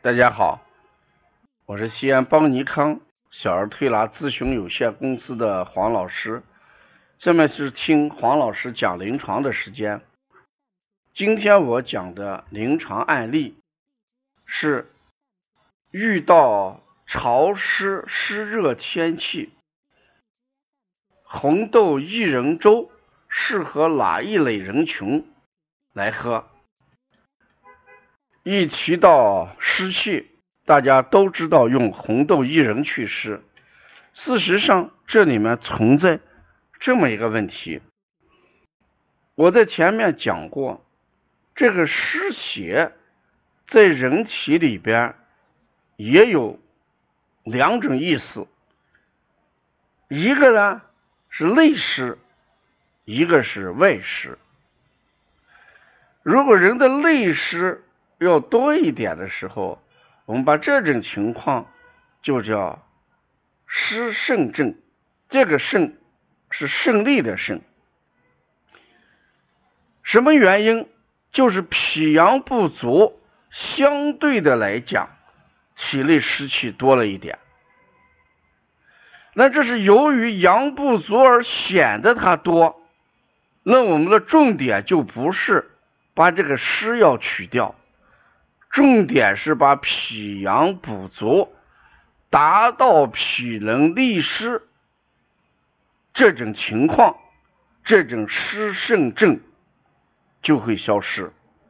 大家好，我是西安邦尼康小儿推拿咨询有限公司的黄老师。下面是听黄老师讲临床的时间。今天我讲的临床案例是遇到潮湿湿热天气，红豆薏仁粥适合哪一类人群来喝？一提到湿气，大家都知道用红豆薏仁祛湿。事实上，这里面存在这么一个问题。我在前面讲过，这个湿邪在人体里边也有两种意思，一个呢是内湿，一个是外湿。如果人的内湿要多一点的时候，我们把这种情况就叫湿盛症。这个盛是胜利的胜。什么原因？就是脾阳不足，相对的来讲体内湿气多了一点。那这是由于阳不足而显得它多，那我们的重点就不是把这个湿要取掉，重点是把脾阳补足，达到脾能利湿，这种情况，这种湿盛症就会消失。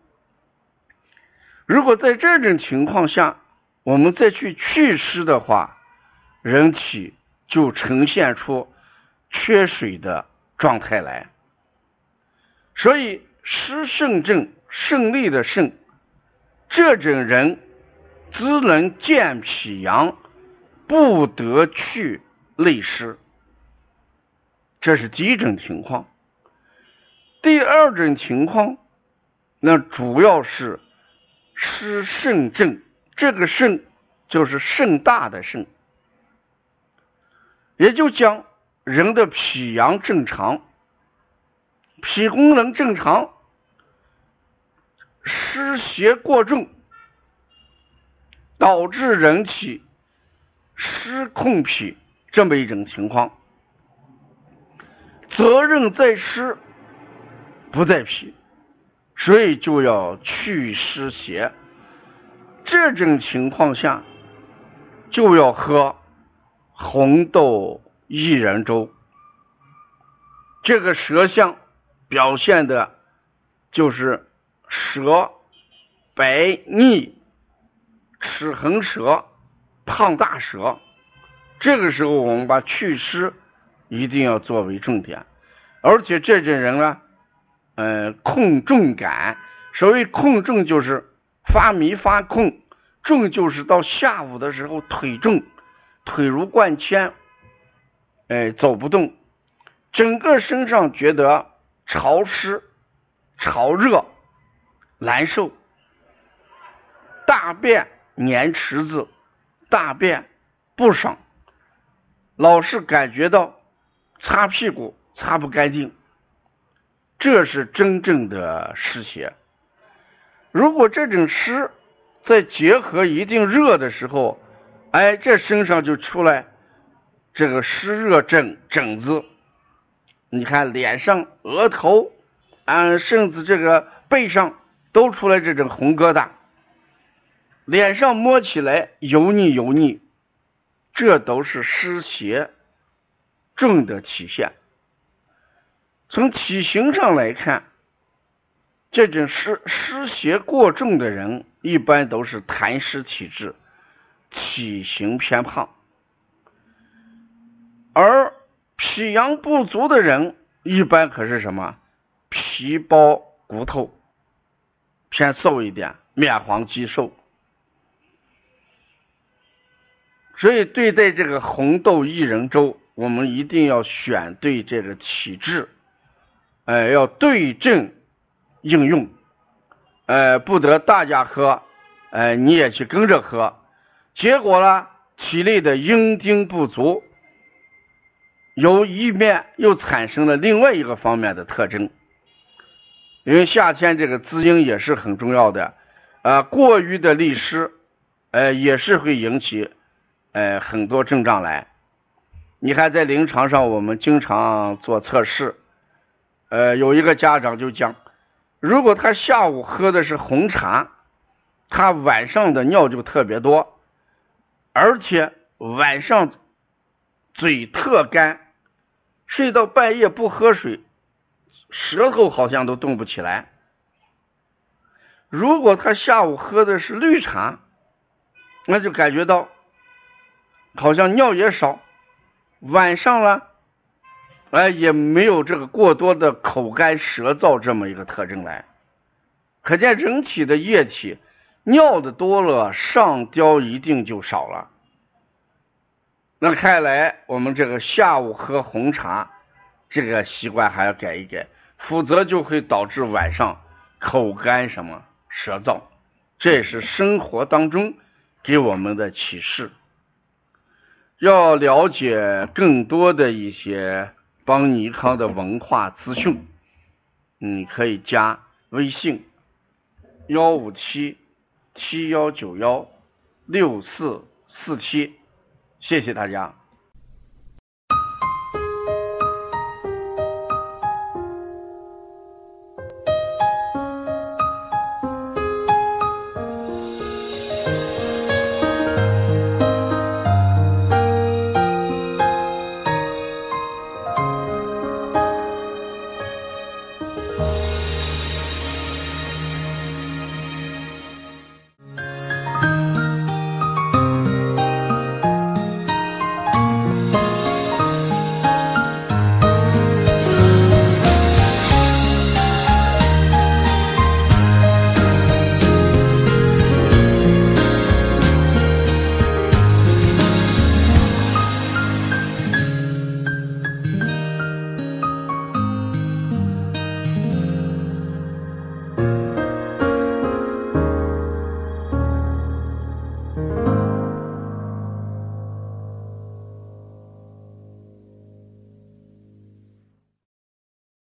如果在这种情况下我们再去祛湿的话，人体就呈现出缺水的状态来。所以湿盛症，胜利的胜，这种人只能健脾阳，不得去内湿，这是第一种情况。第二种情况，那主要是湿盛症，这个盛就是盛大的盛，也就讲人的脾阳正常，脾功能正常，湿邪过重，导致人体湿控脾这么一种情况。责任在湿，不在脾，所以就要祛湿邪。这种情况下就要喝红豆薏仁粥。这个舌象表现的就是舌白腻，齿痕舌，胖大舌。这个时候我们把祛湿一定要作为重点。而且这种人呢，控重感。所谓控重就是发迷发控，重就是到下午的时候腿重，腿如灌铅，走不动，整个身上觉得潮湿、潮热、难受，大便粘池子，大便不爽，老是感觉到擦屁股擦不干净，这是真正的湿邪。如果这种湿再结合一定热的时候，这身上就出来这个湿热疹子。你看脸上、额头，甚至这个背上都出来这种红疙瘩，脸上摸起来油腻，这都是湿邪重的体现。从体型上来看，这种湿邪过重的人一般都是痰湿体质，体型偏胖。而脾阳不足的人一般可是什么？皮包骨头，偏瘦一点，面黄肌瘦。所以对待这个红豆薏仁粥，我们一定要选对这个体质，要对症应用，不得大家喝，你也去跟着喝，结果呢，体内的阴精不足，由一面又产生了另外一个方面的特征。因为夏天这个滋阴也是很重要的，过于的利湿， 也是会引起很多症状来。你看在临床上我们经常做测试，有一个家长就讲，如果他下午喝的是红茶，他晚上的尿就特别多，而且晚上嘴特干，睡到半夜不喝水，舌头好像都动不起来。如果他下午喝的是绿茶，那就感觉到好像尿也少，晚上了也没有这个过多的口干舌燥这么一个特征来。可见人体的液体尿的多了，上焦一定就少了。那看来我们这个下午喝红茶这个习惯还要改一改，否则就会导致晚上口干舌燥。这也是生活当中给我们的启示。要了解更多的一些邦尼康的文化资讯，你可以加微信15771916447，谢谢大家。